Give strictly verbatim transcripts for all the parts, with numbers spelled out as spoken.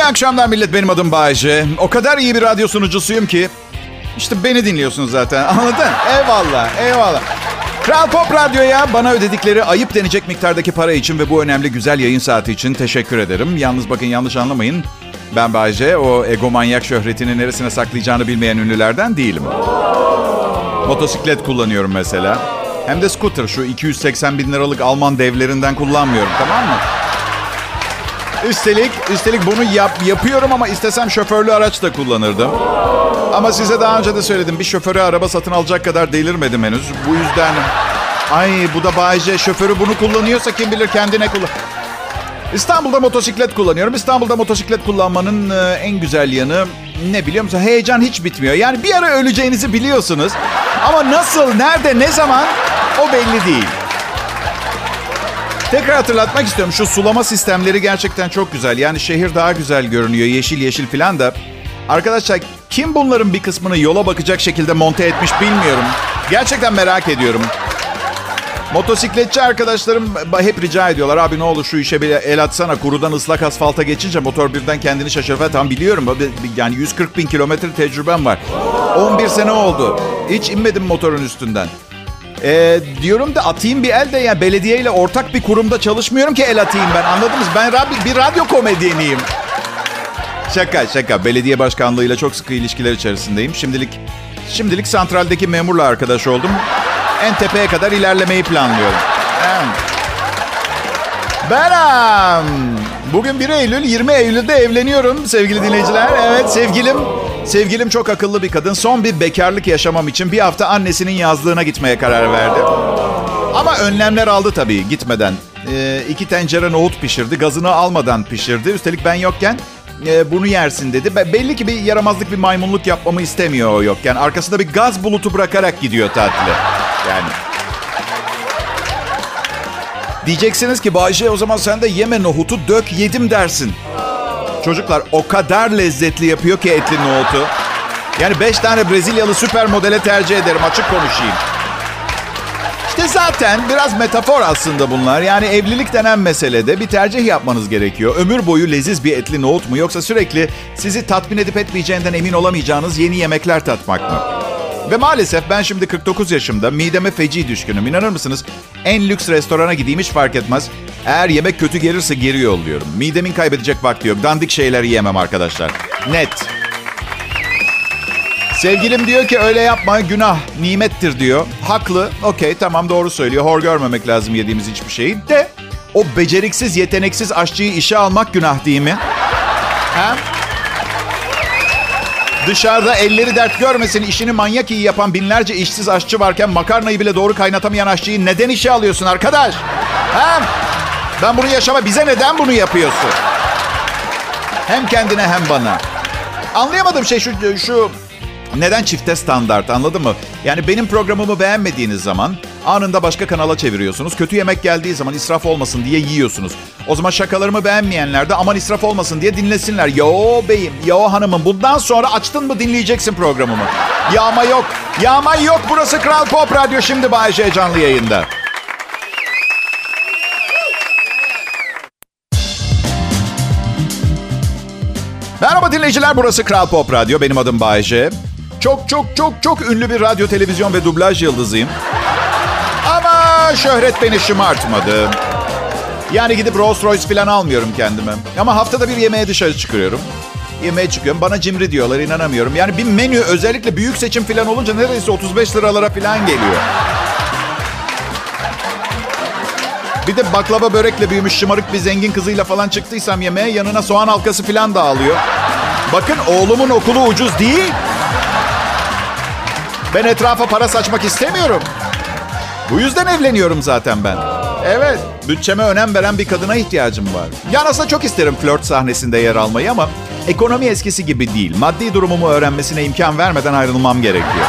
İyi akşamlar millet, benim adım Bayece. O kadar iyi bir radyo sunucusuyum ki işte beni dinliyorsunuz zaten, anladın? Eyvallah, eyvallah. Kral Pop Radyo'ya bana ödedikleri ayıp denecek miktardaki para için ve bu önemli güzel yayın saati için teşekkür ederim. Yalnız bakın, yanlış anlamayın. Ben Bayece, o egomanyak şöhretini neresine saklayacağını bilmeyen ünlülerden değilim. Motosiklet kullanıyorum mesela. Hem de scooter, şu iki yüz seksen bin liralık Alman devlerinden kullanmıyorum, tamam mı? Üstelik, üstelik bunu yap, yapıyorum ama istesem şoförlü araç da kullanırdım. Ama size daha önce de söyledim, bir şoföre araba satın alacak kadar delirmedim henüz. Bu yüzden, ay bu da Bayece, şoförü bunu kullanıyorsa kim bilir kendine kullan. İstanbul'da motosiklet kullanıyorum. İstanbul'da motosiklet kullanmanın en güzel yanı ne biliyor musun? Heyecan hiç bitmiyor. Yani bir ara öleceğinizi biliyorsunuz. Ama nasıl, nerede, ne zaman o belli değil. Tekrar hatırlatmak istiyorum. Şu sulama sistemleri gerçekten çok güzel. Yani şehir daha güzel görünüyor. Yeşil yeşil falan da. Arkadaşlar, kim bunların bir kısmını yola bakacak şekilde monte etmiş bilmiyorum. Gerçekten merak ediyorum. Motosikletçi arkadaşlarım hep rica ediyorlar. Abi ne olur şu işe bir el atsana. Kurudan ıslak asfalta geçince motor birden kendini şaşırır. Tam biliyorum. Yani yüz kırk bin kilometre tecrübem var. on bir sene oldu. Hiç inmedim motorun üstünden. Ee, diyorum da atayım bir el de, ya belediyeyle ortak bir kurumda çalışmıyorum ki el atayım ben, anladınız? Ben bir radyo komedyeniyim. Şaka şaka. Belediye başkanlığıyla çok sıkı ilişkiler içerisindeyim. Şimdilik şimdilik santraldeki memurla arkadaş oldum. En tepeye kadar ilerlemeyi planlıyorum. Benim. Bugün bir Eylül, yirmi Eylül'de evleniyorum sevgili dinleyiciler. Evet, sevgilim. Sevgilim çok akıllı bir kadın. Son bir bekarlık yaşamam için bir hafta annesinin yazlığına gitmeye karar verdi. Ama önlemler aldı tabii gitmeden. Ee, iki tencere nohut pişirdi. Gazını almadan pişirdi. Üstelik ben yokken e, bunu yersin dedi. Be- belli ki bir yaramazlık, bir maymunluk yapmamı istemiyor o yokken. Arkasında bir gaz bulutu bırakarak gidiyor tatile. Yani. Diyeceksiniz ki Bayce, o zaman sen de yeme nohutu, dök yedim dersin. Çocuklar, o kadar lezzetli yapıyor ki etli nohutu. Yani beş tane Brezilyalı süper modele tercih ederim, açık konuşayım. İşte zaten biraz metafor aslında bunlar. Yani evlilik denen meselede bir tercih yapmanız gerekiyor. Ömür boyu leziz bir etli nohut mu, yoksa sürekli sizi tatmin edip etmeyeceğinden emin olamayacağınız yeni yemekler tatmak mı? Ve maalesef ben şimdi kırk dokuz yaşımda, mideme feci düşkünüm. İnanır mısınız? En lüks restorana gideyim hiç fark etmez. Eğer yemek kötü gelirse geri yolluyorum. Midemin kaybedecek vakti yok. Dandik şeyler yiyemem arkadaşlar. Net. Sevgilim diyor ki öyle yapma, günah, nimettir diyor. Haklı. Okey, tamam, doğru söylüyor. Hor görmemek lazım yediğimiz hiçbir şeyi. De o beceriksiz, yeteneksiz aşçıyı işe almak günah değil mi? Ha? Dışarıda elleri dert görmesin, işini manyak iyi yapan binlerce işsiz aşçı varken makarnayı bile doğru kaynatamayan aşçıyı neden işe alıyorsun arkadaş? Ha? Ben bunu yaşama, bize neden bunu yapıyorsun? Hem kendine hem bana. Anlayamadığım şey şu, şu neden çifte standart, anladın mı? Yani benim programımı beğenmediğiniz zaman anında başka kanala çeviriyorsunuz. Kötü yemek geldiği zaman israf olmasın diye yiyorsunuz. O zaman şakalarımı beğenmeyenler de aman israf olmasın diye dinlesinler. Yo beyim, yo hanımım, bundan sonra açtın mı dinleyeceksin programımı. Yağma yok, yağma yok. Burası Kral Pop Radyo, şimdi Bayece canlı yayında. Merhaba dinleyiciler, burası Kral Pop Radyo. Benim adım Bayece. Çok çok çok çok ünlü bir radyo, televizyon ve dublaj yıldızıyım. Ama şöhret beni şımartmadı. Yani gidip Rolls Royce falan almıyorum kendime. Ama haftada bir yemeğe dışarı çıkıyorum. Yemeğe çıkıyorum. Bana cimri diyorlar, inanamıyorum. Yani bir menü, özellikle büyük seçim falan olunca neredeyse otuz beş liralara falan geliyor. Bir de baklava börekle büyümüş şımarık bir zengin kızıyla falan çıktıysam yemeğe, yanına soğan halkası falan dağılıyor. Bakın, oğlumun okulu ucuz değil. Ben etrafa para saçmak istemiyorum. Bu yüzden evleniyorum zaten ben. Evet, bütçeme önem veren bir kadına ihtiyacım var. Yani aslında çok isterim flört sahnesinde yer almayı ama ekonomi eskisi gibi değil. Maddi durumumu öğrenmesine imkan vermeden ayrılmam gerekiyor.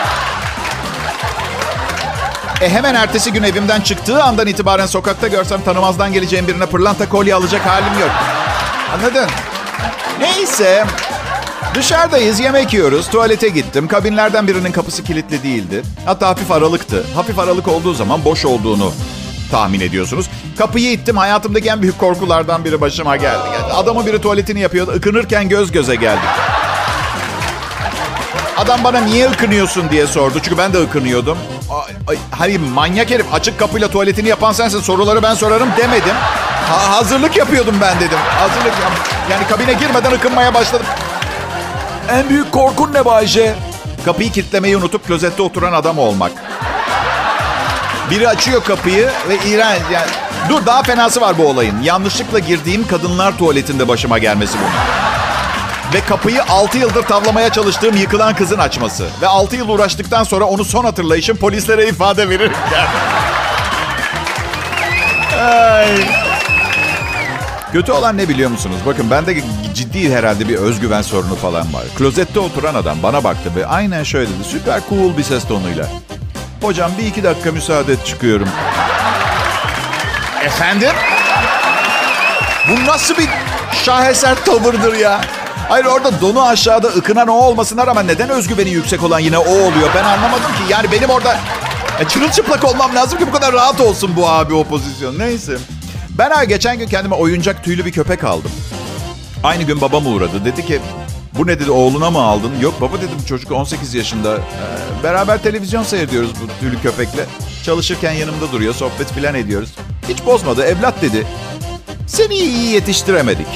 E hemen ertesi gün evimden çıktığı andan itibaren sokakta görsem tanımazdan geleceğim birine pırlanta kolye alacak halim yok. Anladın? Neyse. Dışarıdayız, yemek yiyoruz. Tuvalete gittim. Kabinlerden birinin kapısı kilitli değildi. Hatta hafif aralıktı. Hafif aralık olduğu zaman boş olduğunu tahmin ediyorsunuz. Kapıyı ittim. Hayatımdaki en büyük korkulardan biri başıma geldi. Adamın biri tuvaletini yapıyordu. Ikınırken göz göze geldik. Adam bana niye ıkınıyorsun diye sordu. Çünkü ben de ıkınıyordum. Ay, ay, hayır manyak herif, açık kapıyla tuvaletini yapan sensin, soruları ben sorarım demedim. Ha, hazırlık yapıyordum ben dedim. Hazırlık yani kabine girmeden ıkınmaya başladım. En büyük korkun ne Bayce? Kapıyı kilitlemeyi unutup klozette oturan adam olmak. Biri açıyor kapıyı ve iğrenç yani. Dur, daha fenası var bu olayın. Yanlışlıkla girdiğim kadınlar tuvaletinde başıma gelmesi bu. Ve kapıyı altı yıldır tavlamaya çalıştığım yıkılan kızın açması. Ve altı yıl uğraştıktan sonra onu son hatırlayışım polislere ifade verirken. Ay. Kötü olan ne biliyor musunuz? Bakın bende ciddi herhalde bir özgüven sorunu falan var. Klozette oturan adam bana baktı ve aynen şöyle dedi. Süper cool bir ses tonuyla. Hocam bir iki dakika müsaade et, çıkıyorum. Efendim? Bu nasıl bir şaheser tavırdır ya? Hayır, orada donu aşağıda ıkınan o olmasına rağmen neden özgüveni yüksek olan yine o oluyor? Ben anlamadım ki. Yani benim orada e, çırılçıplak olmam lazım ki bu kadar rahat olsun bu abi o pozisyon. Neyse. Ben ha geçen gün kendime oyuncak tüylü bir köpek aldım. Aynı gün babam uğradı. Dedi ki bu ne dedi, oğluna mı aldın? Yok baba dedim, çocuk on sekiz yaşında. Ee, beraber televizyon seyrediyoruz bu tüylü köpekle. Çalışırken yanımda duruyor, sohbet filan ediyoruz. Hiç bozmadı. Evlat dedi, seni iyi yetiştiremedik.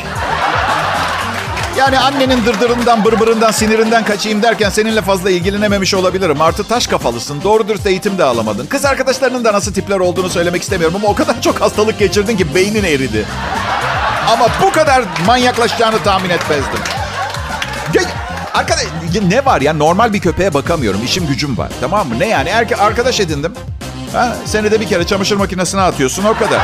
Yani annenin dırdırından, bırbırından, sinirinden kaçayım derken seninle fazla ilgilenememiş olabilirim. Artı taş kafalısın. Doğru dürüst eğitim de alamadın. Kız arkadaşlarının da nasıl tipler olduğunu söylemek istemiyorum ama o kadar çok hastalık geçirdin ki beynin eridi. Ama bu kadar manyaklaşacağını tahmin etmezdim. Ya, arkadaş, ne var ya, normal bir köpeğe bakamıyorum. İşim gücüm var, tamam mı? Ne yani, erke arkadaş edindim. Ha, senede bir kere çamaşır makinesine atıyorsun, o kadar.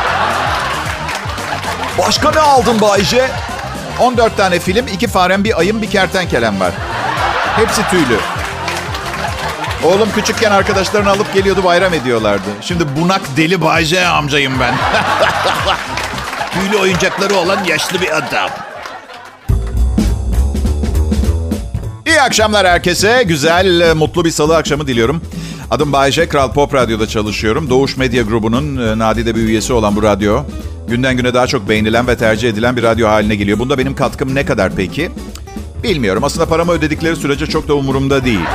Başka ne aldın Bayce? on dört tane film, iki farem, bir ayım, bir kertenkelem var. Hepsi tüylü. Oğlum küçükken arkadaşlarını alıp geliyordu, bayram ediyorlardı. Şimdi bunak deli Bayce amcayım ben. Tüylü oyuncakları olan yaşlı bir adam. İyi akşamlar herkese. Güzel, mutlu bir salı akşamı diliyorum. Adım Bayce, Kral Pop Radyo'da çalışıyorum. Doğuş Medya Grubu'nun nadide bir üyesi olan bu radyo, günden güne daha çok beğenilen ve tercih edilen bir radyo haline geliyor. Bunda benim katkım ne kadar peki? Bilmiyorum. Aslında paramı ödedikleri sürece çok da umurumda değil.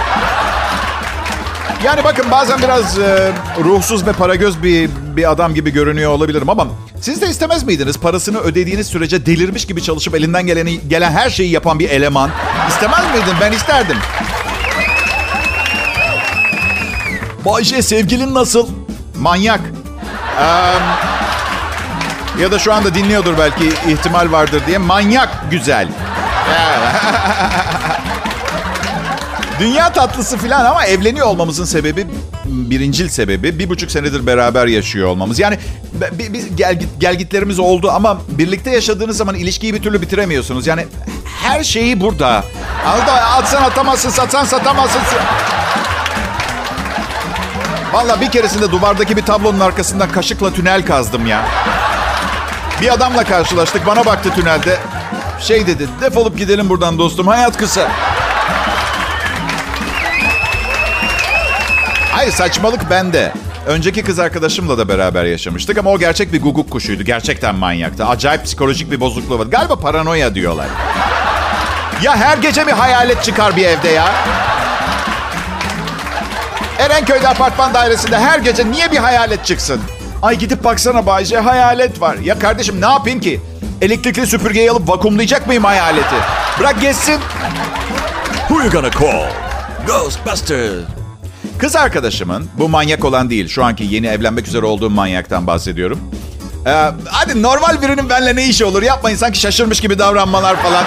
Yani bakın, bazen biraz e, ruhsuz ve paragöz bir, bir adam gibi görünüyor olabilirim ama siz de istemez miydiniz parasını ödediğiniz sürece delirmiş gibi çalışıp elinden geleni, gelen her şeyi yapan bir eleman? İstemez miydin? Ben isterdim. Bayce, sevgilin nasıl? Manyak. Eee... Ya da şu anda dinliyordur belki, ihtimal vardır diye. Manyak güzel. Dünya tatlısı falan ama evleniyor olmamızın sebebi, birincil sebebi bir buçuk senedir beraber yaşıyor olmamız. Yani biz gel, gelgitlerimiz oldu ama birlikte yaşadığınız zaman ilişkiyi bir türlü bitiremiyorsunuz. Yani her şeyi burada. Atsan atamazsın, satsan satamazsın. Vallahi bir keresinde duvardaki bir tablonun arkasından kaşıkla tünel kazdım ya. Bir adamla karşılaştık, bana baktı tünelde. Şey dedi, defolup gidelim buradan dostum, hayat kısa. Hayır, saçmalık bende. Önceki kız arkadaşımla da beraber yaşamıştık ama o gerçek bir guguk kuşuydu. Gerçekten manyaktı. Acayip psikolojik bir bozukluğu var. Galiba paranoya diyorlar. Ya her gece bir hayalet çıkar bir evde ya. Erenköy'de apartman dairesinde her gece niye bir hayalet çıksın? Ay gidip baksana Bayce, hayalet var. Ya kardeşim ne yapayım ki? Elektrikli süpürgeyi alıp vakumlayacak mıyım hayaleti? Bırak geçsin. Who you gonna call? Ghostbusters. Kız arkadaşımın, bu manyak olan değil, şu anki yeni evlenmek üzere olduğum manyaktan bahsediyorum. Ee, hadi normal birinin benimle ne işi olur? Yapmayın sanki şaşırmış gibi davranmalar falan.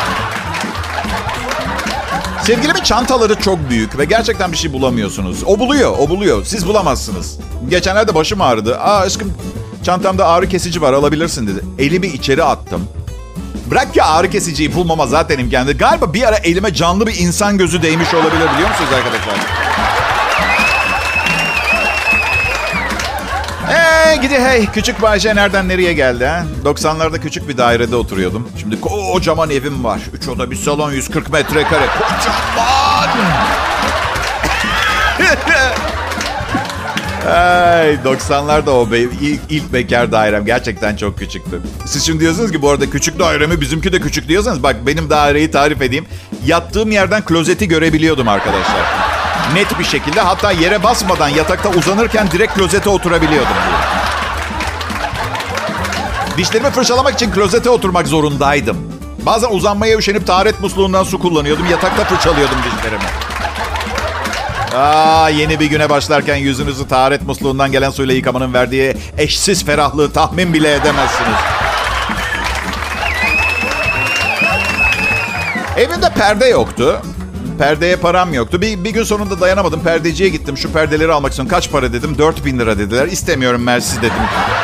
Sevgilimin çantaları çok büyük ve gerçekten bir şey bulamıyorsunuz. O buluyor, o buluyor. Siz bulamazsınız. Geçenlerde başım ağrıdı. Aa aşkım, çantamda ağrı kesici var, alabilirsin dedi. Elimi içeri attım. Bırak ya ağrı kesiciyi bulmama zaten imkanı. Galiba bir ara elime canlı bir insan gözü değmiş olabilir, biliyor musunuz arkadaşlar? Eee gidi hey, küçük Bayce nereden nereye geldi ha? doksanlarda küçük bir dairede oturuyordum. Şimdi kocaman evim var. Üç oda bir salon, yüz kırk metrekare. Kocaman! Ay, doksanlarda o be, ilk, ilk bekar dairem gerçekten çok küçüktü. Siz şimdi diyorsunuz ki bu arada küçük dairemi bizimki de küçük diyorsanız bak benim daireyi tarif edeyim. Yattığım yerden klozeti görebiliyordum arkadaşlar. Net bir şekilde, hatta yere basmadan yatakta uzanırken direkt klozete oturabiliyordum. Dişlerimi fırçalamak için klozete oturmak zorundaydım. Bazen uzanmaya üşenip taharet musluğundan su kullanıyordum. Yatakta fırçalıyordum dişlerimi. Aa, yeni bir güne başlarken yüzünüzü taharet musluğundan gelen suyla yıkamanın verdiği eşsiz ferahlığı tahmin bile edemezsiniz. Evimde perde yoktu. Perdeye param yoktu. Bir, bir gün sonunda dayanamadım. Perdeciye gittim. Şu perdeleri almak istiyorum. Kaç para dedim. dört bin lira dediler. İstemiyorum mersi dedim.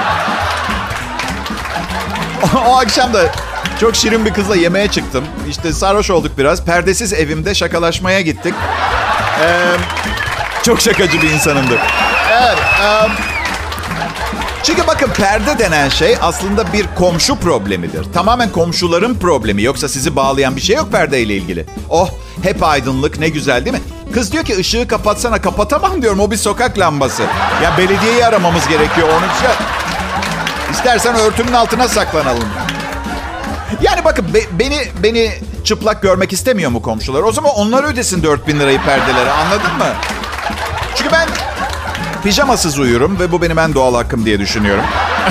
O akşam da çok şirin bir kızla yemeğe çıktım. İşte sarhoş olduk biraz. Perdesiz evimde şakalaşmaya gittik. Ee, çok şakacı bir insanımdır. Evet. Um, çünkü bakın perde denen şey aslında bir komşu problemidir. Tamamen komşuların problemi. Yoksa sizi bağlayan bir şey yok perdeyle ilgili. Oh, hep aydınlık, ne güzel değil mi? Kız diyor ki ışığı kapatsana. Kapatamam diyorum, o bir sokak lambası. Ya belediyeyi aramamız gerekiyor onun için. İstersen örtünün altına saklanalım. Yani bakın be, beni beni çıplak görmek istemiyor mu komşular? O zaman onlar ödesin dört bin lirayı perdelere, anladın mı? Çünkü ben pijamasız uyurum ve bu benim en doğal hakkım diye düşünüyorum.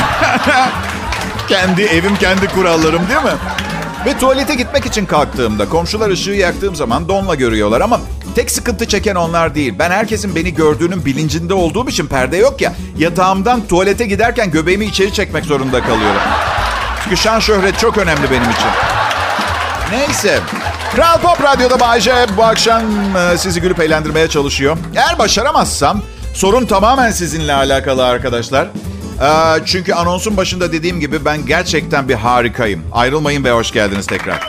Kendi evim, kendi kurallarım değil mi? Ve tuvalete gitmek için kalktığımda komşular ışığı yaktığım zaman donla görüyorlar ama tek sıkıntı çeken onlar değil. Ben herkesin beni gördüğünün bilincinde olduğum için perde yok ya. Yatağımdan tuvalete giderken göbeğimi içeri çekmek zorunda kalıyorum. Çünkü şan şöhret çok önemli benim için. Neyse. Kral Pop Radyo'da Bay J bu akşam sizi gülüp eğlendirmeye çalışıyor. Eğer başaramazsam sorun tamamen sizinle alakalı arkadaşlar. Çünkü anonsun başında dediğim gibi ben gerçekten bir harikayım. Ayrılmayın ve hoş geldiniz tekrar.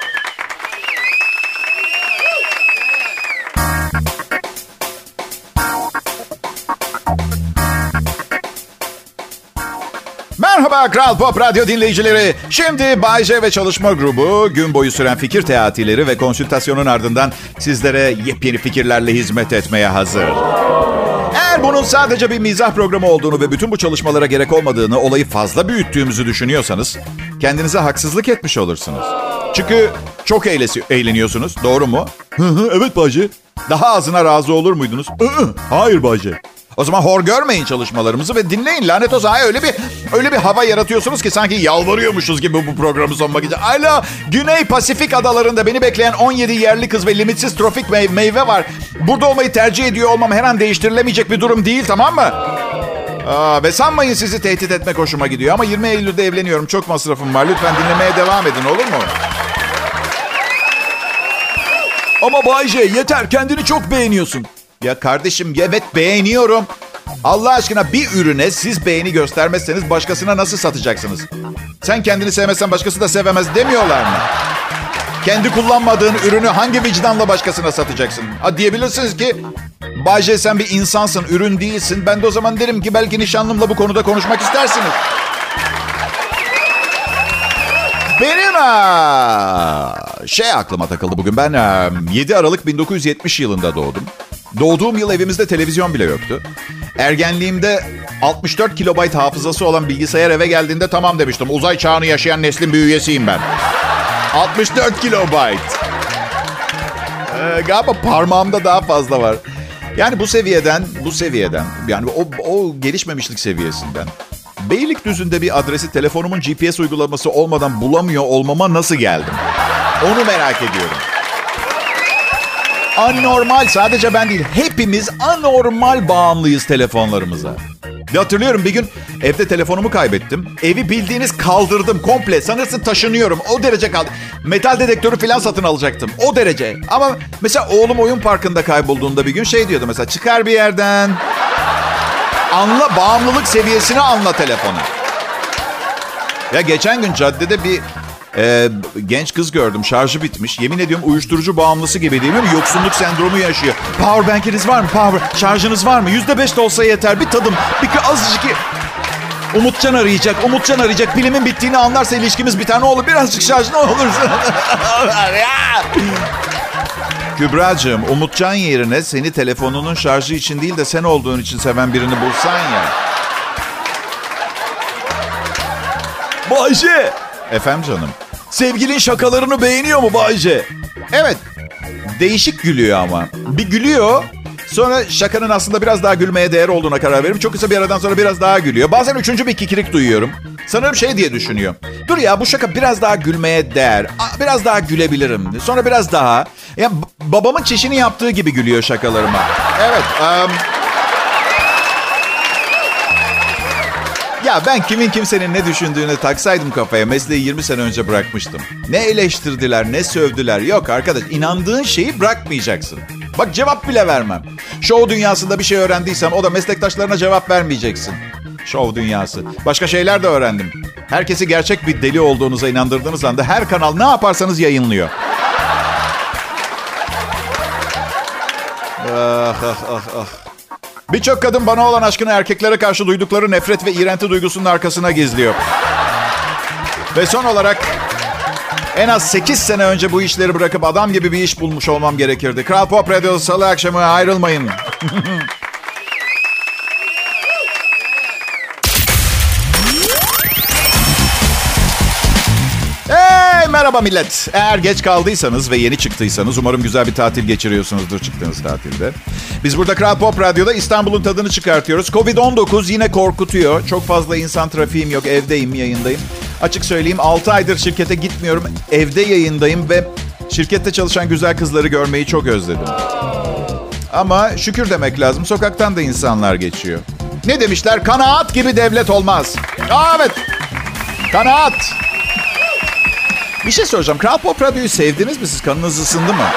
Merhaba Kral Pop Radyo dinleyicileri. Şimdi Bay J ve çalışma grubu gün boyu süren fikir teatileri ve konsültasyonun ardından sizlere yepyeni fikirlerle hizmet etmeye hazır. Eğer bunun sadece bir mizah programı olduğunu ve bütün bu çalışmalara gerek olmadığını, olayı fazla büyüttüğümüzü düşünüyorsanız kendinize haksızlık etmiş olursunuz. Çünkü çok eğlesi- eğleniyorsunuz, doğru mu? Evet Bay J. Daha azına razı olur muydunuz? Hayır Bay J. O zaman hor görmeyin çalışmalarımızı ve dinleyin. Lanet olsun. Öyle bir öyle bir hava yaratıyorsunuz ki sanki yalvarıyormuşuz gibi bu programı sonmak için. Alo, Güney Pasifik adalarında beni bekleyen on yedi yerli kız ve limitsiz tropik mey- meyve var. Burada olmayı tercih ediyor olmam her an değiştirilemeyecek bir durum değil, tamam mı? Aa, ve sanmayın sizi tehdit etmek hoşuma gidiyor. Ama yirmi Eylül'de evleniyorum. Çok masrafım var. Lütfen dinlemeye devam edin, olur mu? Ama Bay J yeter. Kendini çok beğeniyorsun. Ya kardeşim, evet beğeniyorum. Allah aşkına bir ürüne siz beğeni göstermezseniz başkasına nasıl satacaksınız? Sen kendini sevmezsen başkası da sevemez demiyorlar mı? Kendi kullanmadığın ürünü hangi vicdanla başkasına satacaksın? Ha, diyebilirsiniz ki Bay J sen bir insansın, ürün değilsin. Ben de o zaman derim ki belki nişanlımla bu konuda konuşmak istersiniz. Benim ha, şey aklıma takıldı bugün. Ben yedi Aralık bin dokuz yüz yetmiş yılında doğdum. Doğduğum yıl evimizde televizyon bile yoktu. Ergenliğimde altmış dört kilobayt hafızası olan bilgisayar eve geldiğinde tamam demiştim. Uzay çağını yaşayan neslin bir üyesiyim ben. altmış dört kilobayt. Ee, galiba parmağımda daha fazla var. Yani bu seviyeden, bu seviyeden, yani o, o gelişmemişlik seviyesinden Beylikdüzü'nde bir adresi telefonumun G P S uygulaması olmadan bulamıyor olmama nasıl geldim? Onu merak ediyorum. Anormal, sadece ben değil, hepimiz anormal bağımlıyız telefonlarımıza. Bir hatırlıyorum, bir gün evde telefonumu kaybettim. Evi bildiğiniz kaldırdım komple. Sanırsın taşınıyorum. O derece kaldı. Metal dedektörü falan satın alacaktım. O derece. Ama mesela oğlum oyun parkında kaybolduğunda bir gün şey diyordu mesela. Çıkar bir yerden. Anla, bağımlılık seviyesini anla telefonu. Ya geçen gün caddede bir e, genç kız gördüm. Şarjı bitmiş. Yemin ediyorum uyuşturucu bağımlısı gibi değil mi? Yoksunluk sendromu yaşıyor. Powerbank'iniz var mı? Power. Şarjınız var mı? Yüzde beş de olsa yeter. Bir tadım. Bir azıcık. Umutcan arayacak. Umutcan arayacak. Pilimin bittiğini anlarsa ilişkimiz biter. Ne olur birazcık şarj ne olur. Kübracığım, Umutcan yerine seni telefonunun şarjı için değil de sen olduğun için seven birini bulsan ya. Bayce! Efendim canım? Sevgilin şakalarını beğeniyor mu Bayce? Evet. Değişik gülüyor ama. Bir gülüyor. Sonra şakanın aslında biraz daha gülmeye değer olduğuna karar veririm. Çok kısa bir aradan sonra biraz daha gülüyor. Bazen üçüncü bir kikirik duyuyorum. Sanırım şey diye düşünüyor. Dur ya, bu şaka biraz daha gülmeye değer. Biraz daha gülebilirim. Sonra biraz daha. Ya babamın çişini yaptığı gibi gülüyor şakalarıma. Evet. Um... Ya ben kimin kimsenin ne düşündüğünü taksaydım kafaya, mesleği yirmi sene önce bırakmıştım. Ne eleştirdiler, ne sövdüler. Yok arkadaş, inandığın şeyi bırakmayacaksın. Bak, cevap bile vermem. Şov dünyasında bir şey öğrendiysem o da meslektaşlarına cevap vermeyeceksin. Şov dünyası. Başka şeyler de öğrendim. Herkesi gerçek bir deli olduğunuza inandırdığınız anda her kanal ne yaparsanız yayınlıyor. Ah ah ah ah. Birçok kadın bana olan aşkını erkeklere karşı duydukları nefret ve iğrenti duygusunun arkasına gizliyor. Ve son olarak en az sekiz sene önce bu işleri bırakıp adam gibi bir iş bulmuş olmam gerekirdi. Kral Pop Radio Salı akşamı, ayrılmayın. Hey, merhaba millet. Eğer geç kaldıysanız ve yeni çıktıysanız umarım güzel bir tatil geçiriyorsunuzdur çıktığınız tatilde. Biz burada Kral Pop Radyo'da İstanbul'un tadını çıkartıyoruz. covid on dokuz yine korkutuyor. Çok fazla insan trafiğim yok. Evdeyim, yayındayım. Açık söyleyeyim, altı aydır şirkete gitmiyorum. Evde yayındayım ve şirkette çalışan güzel kızları görmeyi çok özledim. Ama şükür demek lazım. Sokaktan da insanlar geçiyor. Ne demişler? Kanaat gibi devlet olmaz. Aa, evet. Kanaat. Bir şey soracağım. Kral Pop Radyo'yu sevdiniz mi siz? Kanınız ısındı mı?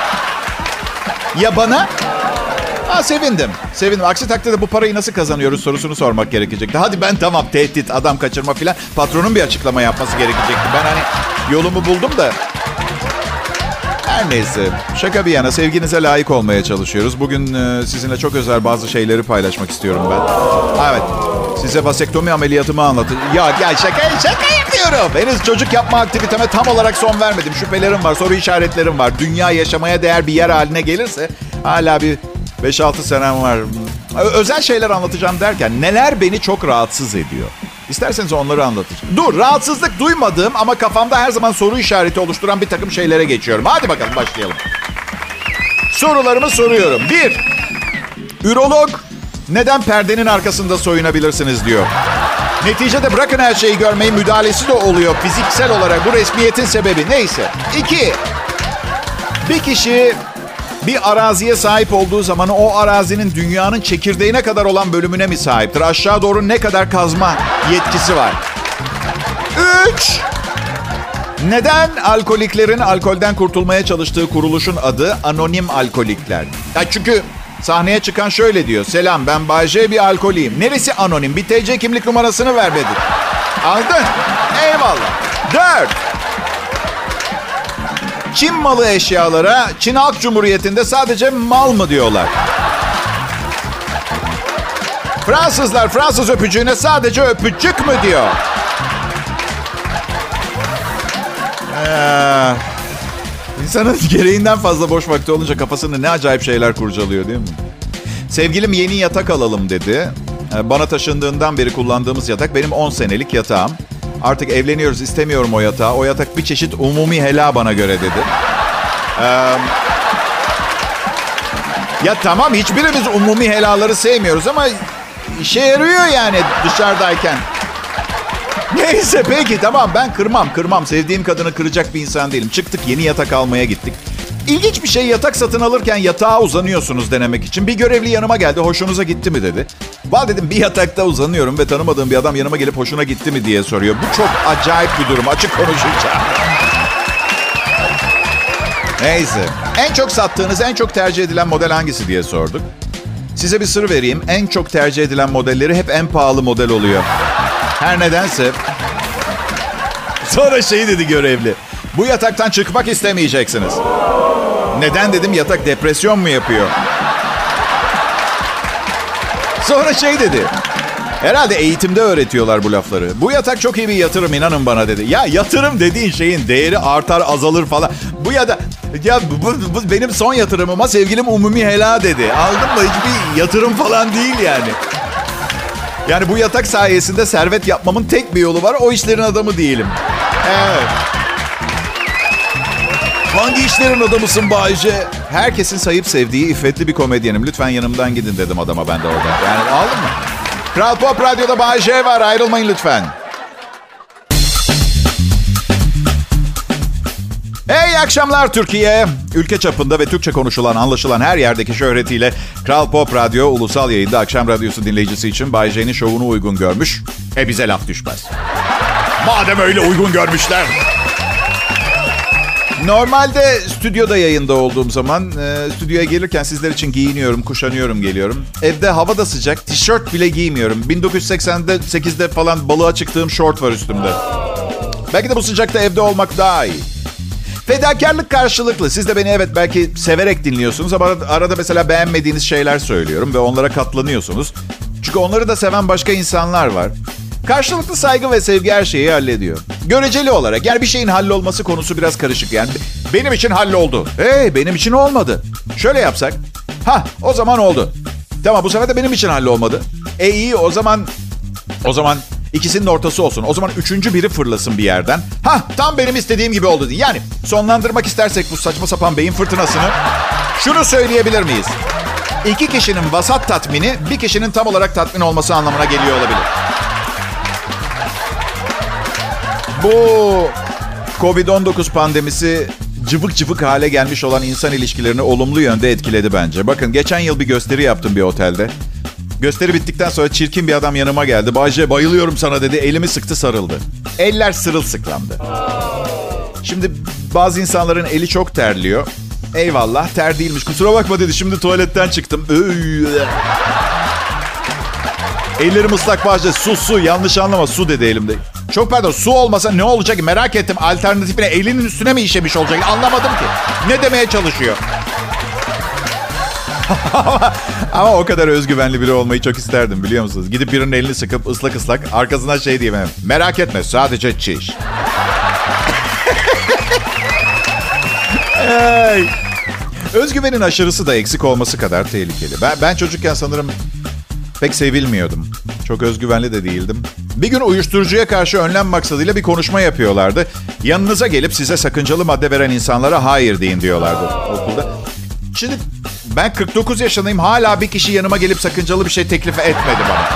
Ya bana? Ha, sevindim. Sevindim. Aksi takdirde bu parayı nasıl kazanıyoruz sorusunu sormak gerekecekti. Hadi ben tamam, tehdit, adam kaçırma filan. Patronun bir açıklama yapması gerekecekti. Ben hani yolumu buldum da. Her neyse. Şaka bir yana, sevginize layık olmaya çalışıyoruz. Bugün e, sizinle çok özel bazı şeyleri paylaşmak istiyorum ben. Evet. Size vasektomi ameliyatımı anlatın. Ya, ya şaka, şaka yapıyorum. Henüz çocuk yapma aktiviteme tam olarak son vermedim. Şüphelerim var, soru işaretlerim var. Dünya yaşamaya değer bir yer haline gelirse hala bir beş altı senem var. Özel şeyler anlatacağım derken neler beni çok rahatsız ediyor. İsterseniz onları anlatacağım. Dur, rahatsızlık duymadığım ama kafamda her zaman soru işareti oluşturan bir takım şeylere geçiyorum. Hadi bakalım, başlayalım. Sorularımı soruyorum. Bir, ürolog neden perdenin arkasında soyunabilirsiniz diyor. Neticede bırakın her şeyi görmeyi, müdahalesi de oluyor fiziksel olarak. Bu resmiyetin sebebi. Neyse. İki, bir kişi bir araziye sahip olduğu zaman o arazinin dünyanın çekirdeğine kadar olan bölümüne mi sahiptir? Aşağı doğru ne kadar kazma yetkisi var? Üç, neden alkoliklerin alkolden kurtulmaya çalıştığı kuruluşun adı Anonim Alkolikler? Ya çünkü sahneye çıkan şöyle diyor. Selam, ben Bayce, bir alkoliyim. Neresi anonim? Bir T C kimlik numarasını ver dedi. Anladın? Eyvallah. Dört, Çin malı eşyalara Çin Halk Cumhuriyeti'nde sadece mal mı diyorlar? Fransızlar Fransız öpücüğüne sadece öpücük mü diyor? Ee, insanın gereğinden fazla boş vakti olunca kafasında ne acayip şeyler kurcalıyor, değil mi? Sevgilim yeni yatak alalım dedi. Bana taşındığından beri kullandığımız yatak benim on senelik yatağım. Artık evleniyoruz, istemiyorum o yatağı. O yatak bir çeşit umumi hela bana göre dedi. Ee, ya tamam, hiçbirimiz umumi helaları sevmiyoruz ama işe yarıyor yani dışarıdayken. Neyse, peki tamam, ben kırmam kırmam. Sevdiğim kadını kıracak bir insan değilim. Çıktık, yeni yatak almaya gittik. İlginç bir şey, yatak satın alırken yatağa uzanıyorsunuz denemek için. Bir görevli yanıma geldi, hoşunuza gitti mi dedi. Valla dedim, bir yatakta uzanıyorum ve tanımadığım bir adam yanıma gelip hoşuna gitti mi diye soruyor. Bu çok acayip bir durum, açık konuşacağım. Neyse, en çok sattığınız, en çok tercih edilen model hangisi diye sorduk. Size bir sır vereyim, en çok tercih edilen modelleri hep en pahalı model oluyor. Her nedense. Sonra şey dedi görevli. Bu yataktan çıkmak istemeyeceksiniz. Neden dedim, yatak depresyon mu yapıyor? Sonra şey dedi. Herhalde eğitimde öğretiyorlar bu lafları. Bu yatak çok iyi bir yatırım, inanın bana dedi. Ya yatırım dediğin şeyin değeri artar azalır falan. Bu ya da ya bu, bu, bu benim son yatırımıma sevgilim umumi hela dedi. Anladın mı? Hiçbir yatırım falan değil yani. Yani bu yatak sayesinde servet yapmamın tek bir yolu var. O işlerin adamı değilim. Evet. Hangi işlerin adamısın Bayce? Herkesin sayıp sevdiği iffetli bir komedyenim. Lütfen yanımdan gidin dedim adama ben de orada. Yani aldın mı? Kral Pop Radyo'da Bayce var. Ayrılmayın lütfen. Hey akşamlar Türkiye. Ülke çapında ve Türkçe konuşulan, anlaşılan her yerdeki şöhretiyle Kral Pop Radyo ulusal yayında akşam radyosu dinleyicisi için Bay J'nin şovunu uygun görmüş. E bize laf düşmez. Madem öyle uygun görmüşler. Normalde stüdyoda yayında olduğum zaman e, stüdyoya gelirken sizler için giyiniyorum, kuşanıyorum, geliyorum. Evde hava da sıcak, tişört bile giymiyorum. bin dokuz yüz seksen sekizde falan balığa çıktığım şort var üstümde. Belki de bu sıcakta evde olmak daha iyi. Fedakarlık karşılıklı. Siz de beni evet belki severek dinliyorsunuz ama arada mesela beğenmediğiniz şeyler söylüyorum ve onlara katlanıyorsunuz. Çünkü onları da seven başka insanlar var. Karşılıklı saygı ve sevgi her şeyi hallediyor. Göreceli olarak. Yani bir şeyin hallolması konusu biraz karışık. Yani benim için halloldu. Hey benim için olmadı. Şöyle yapsak. Ha o zaman oldu. Tamam bu sefer de benim için hallolmadı. E iyi o zaman... O zaman ikisinin ortası olsun. O zaman üçüncü biri fırlasın bir yerden. Ha tam benim istediğim gibi oldu. Yani sonlandırmak istersek bu saçma sapan beyin fırtınasını... Şunu söyleyebilir miyiz? İki kişinin vasat tatmini bir kişinin tam olarak tatmin olması anlamına geliyor olabilir. Bu kovid on dokuz pandemisi cıvık cıvık hale gelmiş olan insan ilişkilerini olumlu yönde etkiledi bence. Bakın geçen yıl bir gösteri yaptım bir otelde. Gösteri bittikten sonra çirkin bir adam yanıma geldi. Bayce bayılıyorum sana dedi. Elimi sıktı sarıldı. Eller sırılsıklamdı. Şimdi bazı insanların eli çok terliyor. Eyvallah ter değilmiş kusura bakma dedi. Şimdi tuvaletten çıktım. Ellerim ıslak Bayce su su yanlış anlama su dedi elimde. Çok pardon su olmasa ne olacak merak ettim. Alternatifine elinin üstüne mi işemiş olacak anlamadım ki. Ne demeye çalışıyor? Ama o kadar özgüvenli biri olmayı çok isterdim biliyor musunuz? Gidip birinin elini sıkıp ıslak ıslak arkasından şey diyeyim. Merak etme sadece çiş. Hey. Özgüvenin aşırısı da eksik olması kadar tehlikeli. Ben, ben çocukken sanırım pek sevilmiyordum. Çok özgüvenli de değildim. Bir gün uyuşturucuya karşı önlem maksadıyla bir konuşma yapıyorlardı. Yanınıza gelip size sakıncalı madde veren insanlara hayır deyin diyorlardı okulda. Şimdi ben kırk dokuz yaşındayım. Hala bir kişi yanıma gelip sakıncalı bir şey teklif etmedi bana.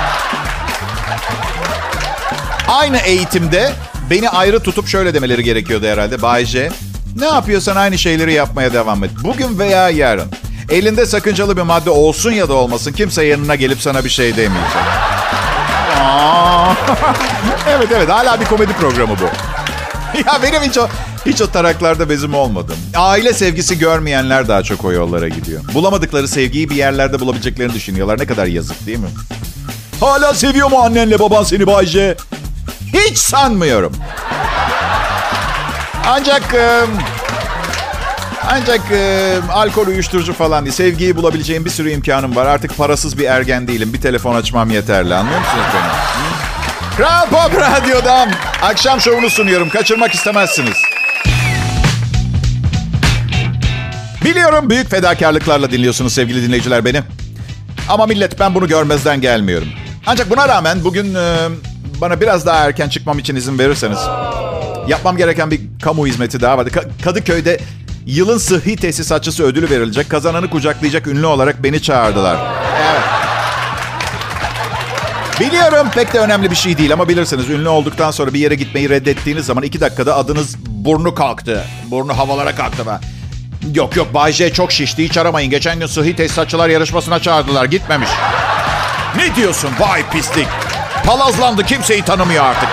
Aynı eğitimde beni ayrı tutup şöyle demeleri gerekiyordu herhalde. Bayce, ne yapıyorsan aynı şeyleri yapmaya devam et. Bugün veya yarın. Elinde sakıncalı bir madde olsun ya da olmasın kimse yanına gelip sana bir şey demeyecek. evet evet hala bir komedi programı bu. Ya benim hiç o, hiç o taraklarda bezim olmadı. Aile sevgisi görmeyenler daha çok o yollara gidiyor. Bulamadıkları sevgiyi bir yerlerde bulabileceklerini düşünüyorlar. Ne kadar yazık değil mi? Hala seviyor mu annenle baban seni Bayce? Hiç sanmıyorum. Ancak... Ancak e, alkol, uyuşturucu falan değil. Sevgiyi bulabileceğim bir sürü imkanım var. Artık parasız bir ergen değilim. Bir telefon açmam yeterli. Anlıyor musunuz beni? Kral Pop Radyo'dan akşam şovunu sunuyorum. Kaçırmak istemezsiniz. Biliyorum büyük fedakarlıklarla dinliyorsunuz sevgili dinleyiciler beni. Ama millet ben bunu görmezden gelmiyorum. Ancak buna rağmen bugün e, bana biraz daha erken çıkmam için izin verirseniz... Yapmam gereken bir kamu hizmeti daha vardı. Ka- Kadıköy'de... Yılın sıhhi tesisatçısı ödülü verilecek. Kazananı kucaklayacak ünlü olarak beni çağırdılar. Evet. Biliyorum pek de önemli bir şey değil ama bilirsiniz ünlü olduktan sonra bir yere gitmeyi reddettiğiniz zaman iki dakikada adınız burnu kalktı. Burnu havalara kalktı be. Yok yok Bay J çok şişti hiç aramayın. Geçen gün sıhhi tesisatçılar yarışmasına çağırdılar gitmemiş. Ne diyorsun vay pislik. Palazlandı kimseyi tanımıyor artık.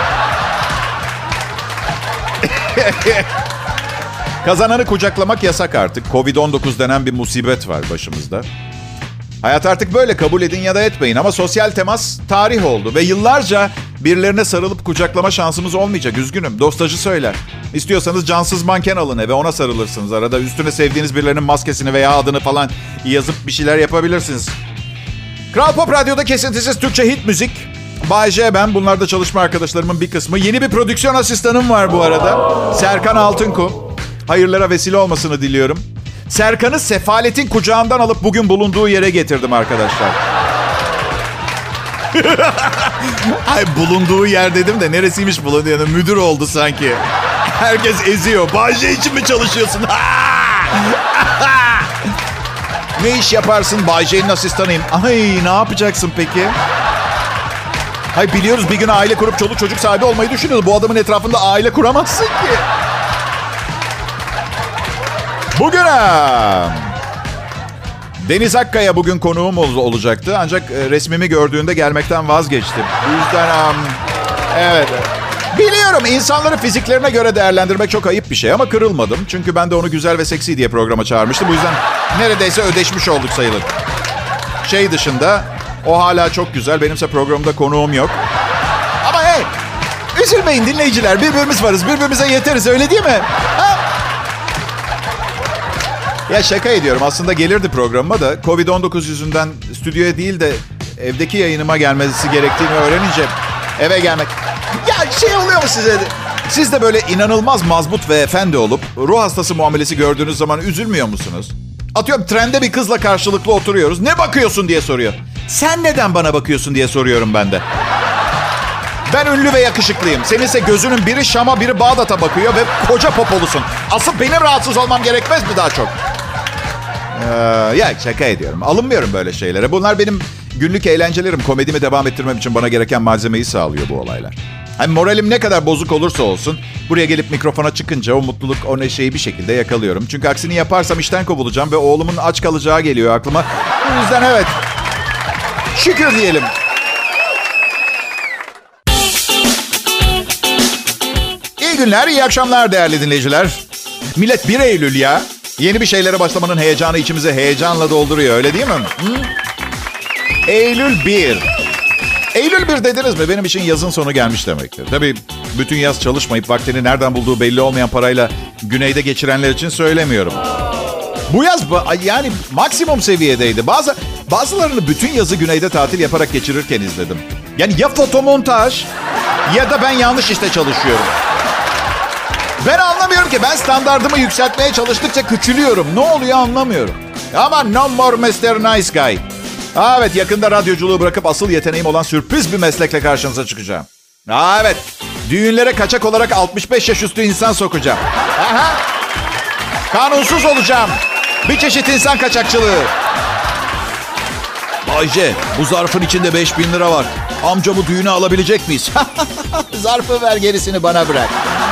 Kazananı kucaklamak yasak artık. kovid on dokuz denen bir musibet var başımızda. Hayat artık böyle kabul edin ya da etmeyin. Ama sosyal temas tarih oldu. Ve yıllarca birilerine sarılıp kucaklama şansımız olmayacak. Üzgünüm. Dostacı söyler. İstiyorsanız cansız manken alın eve ona sarılırsınız. Arada üstüne sevdiğiniz birilerinin maskesini veya adını falan yazıp bir şeyler yapabilirsiniz. Kral Pop Radyo'da kesintisiz Türkçe hit müzik. Bay J ben. Bunlar da çalışma arkadaşlarımın bir kısmı. Yeni bir prodüksiyon asistanım var bu arada. Serkan Altınkum. hayırlara vesile olmasını diliyorum. Serkan'ı sefaletin kucağından alıp bugün bulunduğu yere getirdim arkadaşlar. Ay bulunduğu yer dedim de neresiymiş bulunduğu yer? Müdür oldu sanki. Herkes eziyor. Bay J için mi çalışıyorsun? Ne iş yaparsın? Bay J'nin asistanıyım. Ay ne yapacaksın peki? Hayır biliyoruz bir gün aile kurup çoluk çocuk sahibi olmayı düşünüyoruz. Bu adamın etrafında aile kuramazsın ki. Bugün ha, Deniz Akkaya bugün konuğum ol- olacaktı. Ancak e, resmimi gördüğünde gelmekten vazgeçtim. Bu yüzden um, evet. Biliyorum insanları fiziklerine göre değerlendirmek çok ayıp bir şey ama kırılmadım. Çünkü ben de onu güzel ve seksi diye programa çağırmıştım. Bu yüzden neredeyse ödeşmiş olduk sayılır. Şey dışında o hala çok güzel. Benimse programda konuğum yok. Ama hey, üzülmeyin dinleyiciler. Birbirimiz varız. Birbirimize yeteriz. Öyle değil mi? Ha? Ya şaka ediyorum. Aslında gelirdi programıma da kovid on dokuz yüzünden stüdyoya değil de evdeki yayınıma gelmesi gerektiğini öğrenince eve gelmek... Ya şey oluyor mu size? Siz de böyle inanılmaz mazbut ve efendi olup ruh hastası muamelesi gördüğünüz zaman üzülmüyor musunuz? Atıyorum trende bir kızla karşılıklı oturuyoruz. Ne bakıyorsun diye soruyor. Sen neden bana bakıyorsun diye soruyorum ben de. Ben ünlü ve yakışıklıyım. Senin ise gözünün biri Şam'a biri Bağdat'a bakıyor ve koca popolusun. Asıl benim rahatsız olmam gerekmez mi daha çok? Ee, ya şaka ediyorum. Alınmıyorum böyle şeylere. Bunlar benim günlük eğlencelerim. Komedimi devam ettirmem için bana gereken malzemeyi sağlıyor bu olaylar. Hani moralim ne kadar bozuk olursa olsun buraya gelip mikrofona çıkınca o mutluluk, o neşeyi bir şekilde yakalıyorum. Çünkü aksini yaparsam işten kovulacağım ve oğlumun aç kalacağı geliyor aklıma. O yüzden evet. Şükür diyelim. İyi günler, iyi akşamlar değerli dinleyiciler. Millet bir Eylül ya. Yeni bir şeylere başlamanın heyecanı içimizi heyecanla dolduruyor, öyle değil mi? Hı? Eylül bir. Eylül bir dediniz mi benim için yazın sonu gelmiş demektir. Tabii bütün yaz çalışmayıp vaktini nereden bulduğu belli olmayan parayla güneyde geçirenler için söylemiyorum. Bu yaz yani maksimum seviyedeydi. Bazı bazılarını bütün yazı güneyde tatil yaparak geçirirken izledim. Yani ya fotomontaj ya da ben yanlış işte çalışıyorum. Ben anlamıyorum ki. Ben standardımı yükseltmeye çalıştıkça küçülüyorum. Ne oluyor anlamıyorum. Ama no more mister Nice Guy. Aa, evet yakında radyoculuğu bırakıp asıl yeteneğim olan sürpriz bir meslekle karşınıza çıkacağım. Aa, evet düğünlere kaçak olarak altmış beş yaş üstü insan sokacağım. Aha. Kanunsuz olacağım. Bir çeşit insan kaçakçılığı. Ayşe bu zarfın içinde beş bin lira var. Amca bu düğünü alabilecek miyiz? Zarfı ver gerisini bana bırak.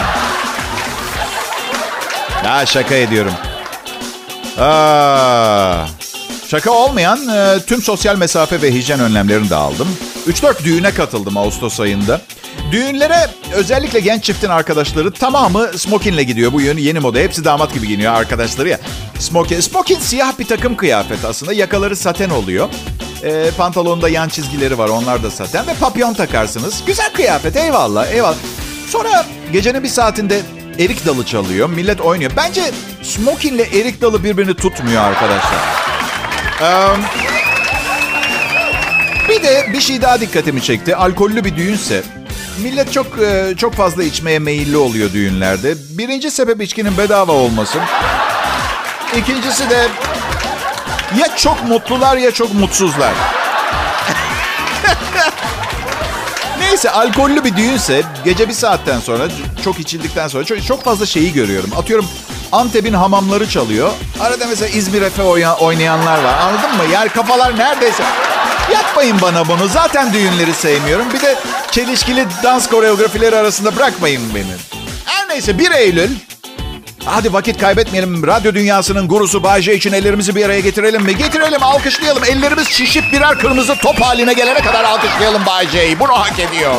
Ya şaka ediyorum. Aa, şaka olmayan e, tüm sosyal mesafe ve hijyen önlemlerini de aldım. üç dört düğüne katıldım Ağustos ayında. Düğünlere özellikle genç çiftin arkadaşları tamamı smokinle gidiyor. Bu yeni, yeni moda. Hepsi damat gibi giyiniyor arkadaşları ya. Smokin, smokin siyah bir takım kıyafet aslında. Yakaları saten oluyor. E, pantolonda yan çizgileri var. Onlar da saten ve papyon takarsınız. Güzel kıyafet eyvallah eyvallah. Sonra gecenin bir saatinde erik dalı çalıyor. Millet oynuyor. Bence smokinle erik dalı birbirini tutmuyor arkadaşlar. Um, bir de bir şey daha dikkatimi çekti. Alkollü bir düğünse millet çok çok fazla içmeye meyilli oluyor düğünlerde. Birinci sebep içkinin bedava olması. İkincisi de ya çok mutlular ya çok mutsuzlar. Neyse alkollü bir düğünse gece bir saatten sonra çok içildikten sonra çok, çok fazla şeyi görüyorum. Atıyorum Antep'in hamamları çalıyor. Arada mesela İzmir Efe oynayanlar var. Anladın mı? Yani kafalar neredeyse. Yapmayın bana bunu. Zaten düğünleri sevmiyorum. Bir de çelişkili dans koreografileri arasında bırakmayın beni. Her neyse bir Eylül. Hadi vakit kaybetmeyelim. Radyo dünyasının gurusu Bay J için ellerimizi bir araya getirelim mi? Getirelim, alkışlayalım. Ellerimiz şişip birer kırmızı top haline gelene kadar alkışlayalım Bay J'yi. Bunu hak ediyor.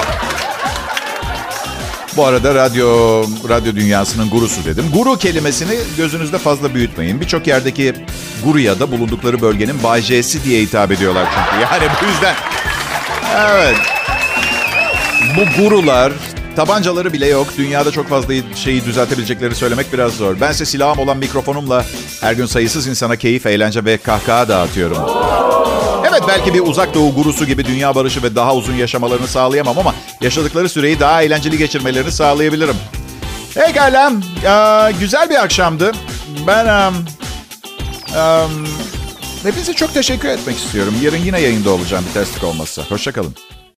Bu arada radyo radyo dünyasının gurusu dedim. Guru kelimesini gözünüzde fazla büyütmeyin. Birçok yerdeki guruya da bulundukları bölgenin Bay J'si diye hitap ediyorlar çünkü. Yani bu yüzden... Evet. Bu gurular... Tabancaları bile yok. Dünyada çok fazla şeyi düzeltebilecekleri söylemek biraz zor. Bense silahım olan mikrofonumla her gün sayısız insana keyif, eğlence ve kahkaha dağıtıyorum. Evet belki bir uzak doğu gurusu gibi dünya barışı ve daha uzun yaşamalarını sağlayamam ama yaşadıkları süreyi daha eğlenceli geçirmelerini sağlayabilirim. Pekala. Ee, güzel bir akşamdı. Ben um, um, hepinize çok teşekkür etmek istiyorum. Yarın yine yayında olacağım bir terslik olmazsa. Hoşça kalın.